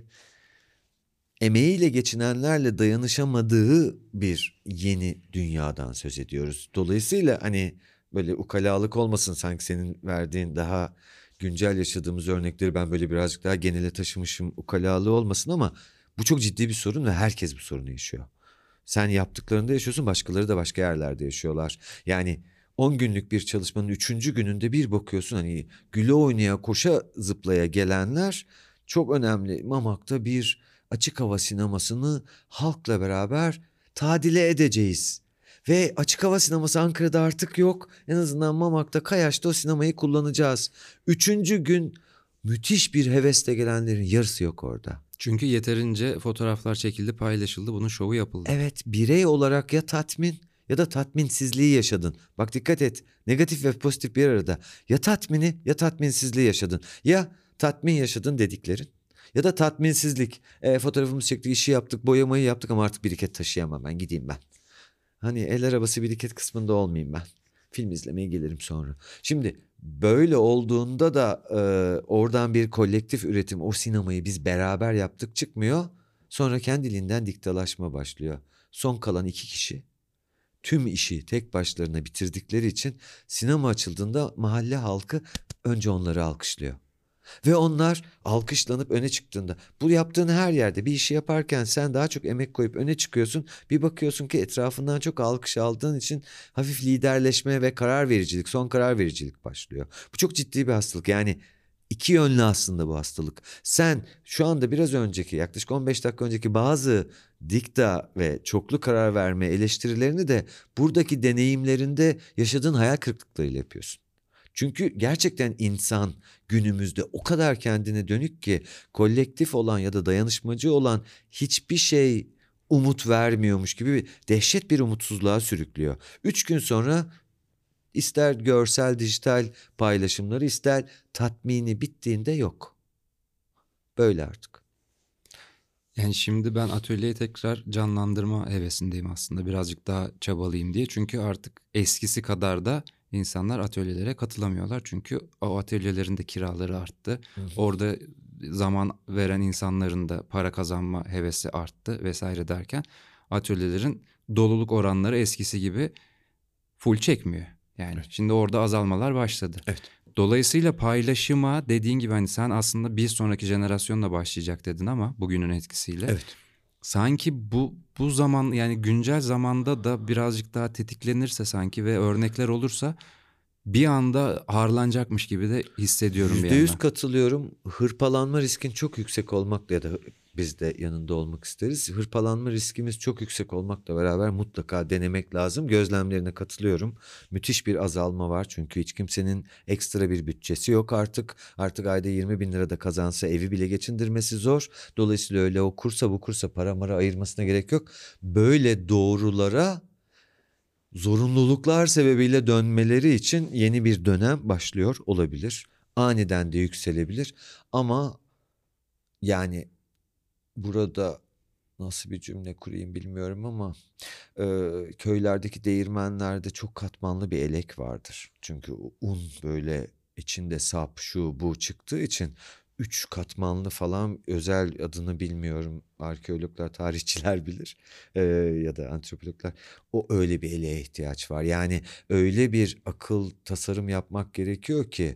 emeğiyle geçinenlerle dayanışamadığı bir yeni dünyadan söz ediyoruz. Dolayısıyla hani böyle ukalalık olmasın, sanki senin verdiğin daha güncel yaşadığımız örnekleri ben böyle birazcık daha genele taşımışım, ukalalığı olmasın ama bu çok ciddi bir sorun ve herkes bu sorunu yaşıyor. Sen yaptıklarında yaşıyorsun, başkaları da başka yerlerde yaşıyorlar. Yani on günlük bir çalışmanın üçüncü gününde bir bakıyorsun hani güle oynaya koşa zıplaya gelenler çok önemli. Mamak'ta bir açık hava sinemasını halkla beraber tadile edeceğiz. Ve açık hava sineması Ankara'da artık yok. En azından Mamak'ta, Kayaş'ta o sinemayı kullanacağız. Üçüncü gün müthiş bir hevesle gelenlerin yarısı yok orada. Çünkü yeterince fotoğraflar çekildi, paylaşıldı, bunun şovu yapıldı. Evet, birey olarak ya tatmin ya da tatminsizliği yaşadın. Bak dikkat et, negatif ve pozitif bir arada. Ya tatmini ya tatminsizliği yaşadın. Ya tatmin yaşadın dediklerin ya da tatminsizlik. E, fotoğrafımızı çektik, işi yaptık, boyamayı yaptık ama artık biriket taşıyamam, ben gideyim ben. Hani el arabası biriket kısmında olmayayım ben. Film izlemeye gelirim sonra. Şimdi böyle olduğunda da e, oradan bir kolektif üretim, o sinemayı biz beraber yaptık çıkmıyor. Sonra kendiliğinden diktalaşma başlıyor. Son kalan iki kişi tüm işi tek başlarına bitirdikleri için sinema açıldığında mahalle halkı önce onları alkışlıyor. Ve onlar alkışlanıp öne çıktığında, bu yaptığın her yerde bir işi yaparken sen daha çok emek koyup öne çıkıyorsun. Bir bakıyorsun ki etrafından çok alkış aldığın için hafif liderleşme ve karar vericilik, son karar vericilik başlıyor. Bu çok ciddi bir hastalık. Yani iki yönlü aslında bu hastalık. Sen şu anda biraz önceki, yaklaşık on beş dakika önceki bazı dikta ve çoklu karar verme eleştirilerini de buradaki deneyimlerinde yaşadığın hayal kırıklıklarıyla yapıyorsun. Çünkü gerçekten insan günümüzde o kadar kendine dönük ki kolektif olan ya da dayanışmacı olan hiçbir şey umut vermiyormuş gibi bir dehşet bir umutsuzluğa sürüklüyor. Üç gün sonra ister görsel dijital paylaşımları ister tatmini bittiğinde yok. Böyle artık. Yani şimdi ben atölyeyi tekrar canlandırma hevesindeyim aslında, birazcık daha çabalayayım diye. Çünkü artık eskisi kadar da insanlar atölyelere katılamıyorlar. Çünkü o atölyelerin de kiraları arttı. Hı hı. Orada zaman veren insanların da para kazanma hevesi arttı vesaire derken atölyelerin doluluk oranları eskisi gibi full çekmiyor. Yani Evet. şimdi orada azalmalar başladı. Evet. Dolayısıyla paylaşıma dediğin gibi hani sen aslında bir sonraki jenerasyonla başlayacak dedin ama bugünün etkisiyle. Evet. Sanki bu bu zaman, yani güncel zamanda da birazcık daha tetiklenirse sanki ve örnekler olursa bir anda harlanacakmış gibi de hissediyorum bir Yüzde yüz yandan. katılıyorum. Hırpalanma riskin çok yüksek olmakla ya da biz de yanında olmak isteriz. Hırpalanma riskimiz çok yüksek olmakla beraber mutlaka denemek lazım. Gözlemlerine katılıyorum. Müthiş bir azalma var çünkü hiç kimsenin ekstra bir bütçesi yok artık. Artık ayda yirmi bin lira da kazansa evi bile geçindirmesi zor. Dolayısıyla öyle o kursa bu kursa para mara ayırmasına gerek yok. Böyle doğrulara zorunluluklar sebebiyle dönmeleri için yeni bir dönem başlıyor olabilir. Aniden de yükselebilir ama yani burada nasıl bir cümle kurayım bilmiyorum ama e, köylerdeki değirmenlerde çok katmanlı bir elek vardır. Çünkü un böyle içinde sap şu bu çıktığı için üç katmanlı falan, özel adını bilmiyorum, arkeologlar tarihçiler bilir e, ya da antropologlar, o öyle bir eleğe ihtiyaç var. Yani öyle bir akıl tasarım yapmak gerekiyor ki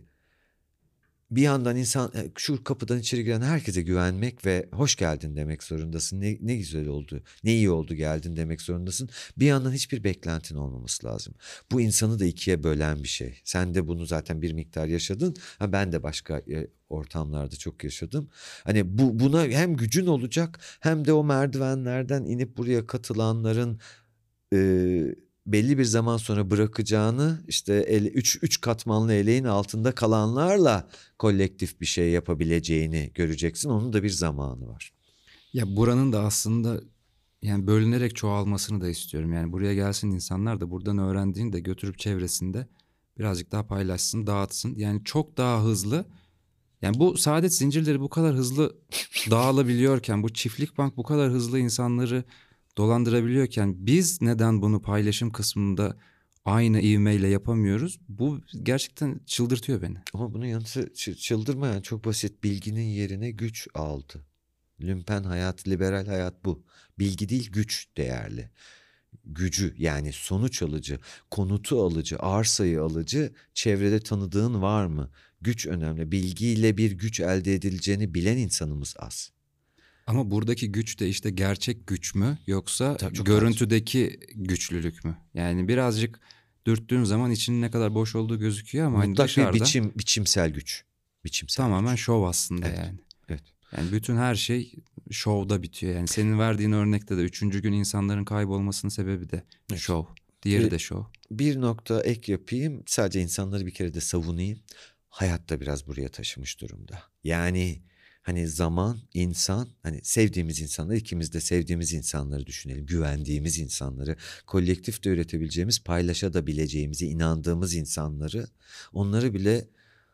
bir yandan insan şu kapıdan içeri giren herkese güvenmek ve hoş geldin demek zorundasın. Ne, ne güzel oldu, ne iyi oldu geldin demek zorundasın. Bir yandan hiçbir beklentin olmaması lazım. Bu insanı da ikiye bölen bir şey. Sen de bunu zaten bir miktar yaşadın. Ha, ben de başka ortamlarda çok yaşadım. Hani bu buna hem gücün olacak hem de o merdivenlerden inip buraya katılanların e, belli bir zaman sonra bırakacağını işte ele, üç, üç katmanlı eleğin altında kalanlarla kolektif bir şey yapabileceğini göreceksin. Onun da bir zamanı var. Ya buranın da aslında yani bölünerek çoğalmasını da istiyorum. Yani buraya gelsin insanlar da buradan öğrendiğini de götürüp çevresinde birazcık daha paylaşsın, dağıtsın. Yani çok daha hızlı. Yani bu saadet zincirleri bu kadar hızlı dağılabiliyorken, bu çiftlik bank bu kadar hızlı insanları dolandırabiliyorken biz neden bunu paylaşım kısmında aynı ivmeyle yapamıyoruz? Bu gerçekten çıldırtıyor beni. Ama bunun yanıtı çı- çıldırma yani, çok basit. Bilginin yerine güç aldı. Lümpen hayat, liberal hayat bu. Bilgi değil, güç değerli. Gücü, yani sonuç alıcı, konutu alıcı, arsayı alıcı çevrede tanıdığın var mı? Güç önemli. Bilgiyle bir güç elde edileceğini bilen insanımız az. Ama buradaki güç de işte gerçek güç mü yoksa Tabii çok görüntüdeki güçlülük mü? Yani birazcık dürttüğün zaman içinin ne kadar boş olduğu gözüküyor ama hani Mutlak bir dışarıda biçim, biçimsel güç. Biçimsel tamamen güç. şov aslında Evet, yani. evet. Yani bütün her şey şovda bitiyor. Yani senin verdiğin örnekte de üçüncü gün insanların kaybolmasının sebebi de Evet. şov. Diğeri Ve de şov. bir nokta ek yapayım. Sadece insanları bir kere de savunayım. Hayat da biraz buraya taşımış durumda. Yani hani zaman, insan, hani sevdiğimiz insanları, ikimiz de sevdiğimiz insanları düşünelim. Güvendiğimiz insanları, kolektifte üretebileceğimiz, paylaşabileceğimize inandığımız insanları, onları bile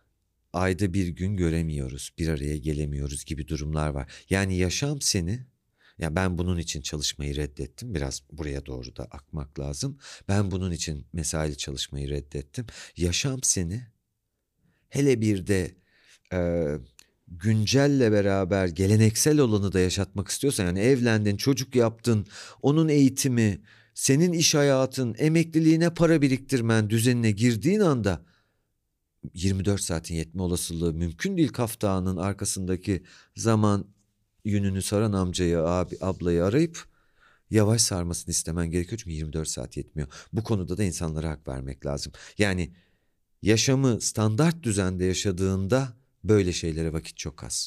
ayda bir gün göremiyoruz, bir araya gelemiyoruz gibi durumlar var. Yani yaşam seni, ya ben bunun için çalışmayı reddettim. Biraz buraya doğru da akmak lazım. Ben bunun için mesaili çalışmayı reddettim. Yaşam seni, hele bir de e, güncelle beraber geleneksel olanı da yaşatmak istiyorsan, yani evlendin, çocuk yaptın, onun eğitimi, senin iş hayatın, emekliliğine para biriktirmen düzenine girdiğin anda yirmi dört saatin yetme olasılığı mümkün değil. Kaftanın arkasındaki zaman yününü saran amcayı, abi, ablayı arayıp yavaş sarmasını istemen gerekiyor. Çünkü yirmi dört saat yetmiyor. Bu konuda da insanlara hak vermek lazım. Yani yaşamı standart düzende yaşadığında böyle şeylere vakit çok az.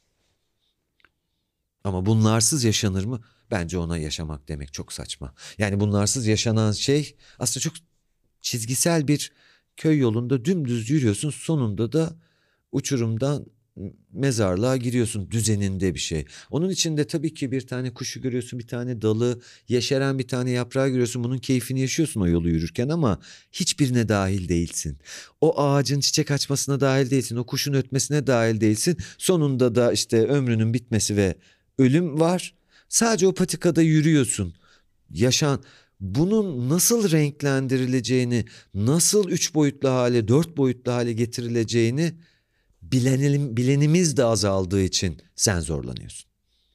Ama bunlarsız yaşanır mı? Bence ona yaşamak demek çok saçma. Yani bunlarsız yaşanan şey aslında çok çizgisel bir köy yolunda dümdüz yürüyorsun. Sonunda da uçurumdan mezarlığa giriyorsun, düzeninde bir şey. Onun içinde tabii ki bir tane kuşu görüyorsun, bir tane dalı, yeşeren bir tane yaprağı görüyorsun. Bunun keyfini yaşıyorsun o yolu yürürken ama hiçbirine dahil değilsin. O ağacın çiçek açmasına dahil değilsin. O kuşun ötmesine dahil değilsin. Sonunda da işte ömrünün bitmesi ve ölüm var. Sadece o patikada yürüyorsun. Yaşan, bunun nasıl renklendirileceğini, nasıl üç boyutlu hale, dört boyutlu hale getirileceğini bilenim, bilenimiz de azaldığı için sen zorlanıyorsun.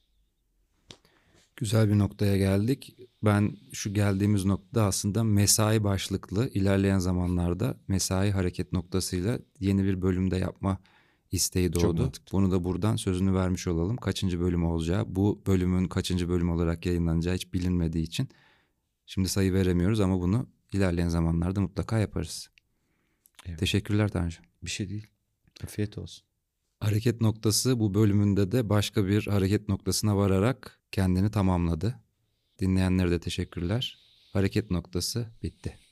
Güzel bir noktaya geldik. Ben şu geldiğimiz noktada aslında mesai başlıklı ilerleyen zamanlarda mesai hareket noktasıyla yeni bir bölümde yapma isteği Çok doğdu. mantıklı. Bunu da buradan sözünü vermiş olalım. Kaçıncı bölüm olacağı, bu bölümün kaçıncı bölüm olarak yayınlanacağı hiç bilinmediği için şimdi sayı veremiyoruz ama bunu ilerleyen zamanlarda mutlaka yaparız. Evet. Teşekkürler Tanju. Bir şey değil. Afiyet olsun. Hareket noktası bu bölümünde de başka bir hareket noktasına vararak kendini tamamladı. Dinleyenlere de teşekkürler. Hareket noktası bitti.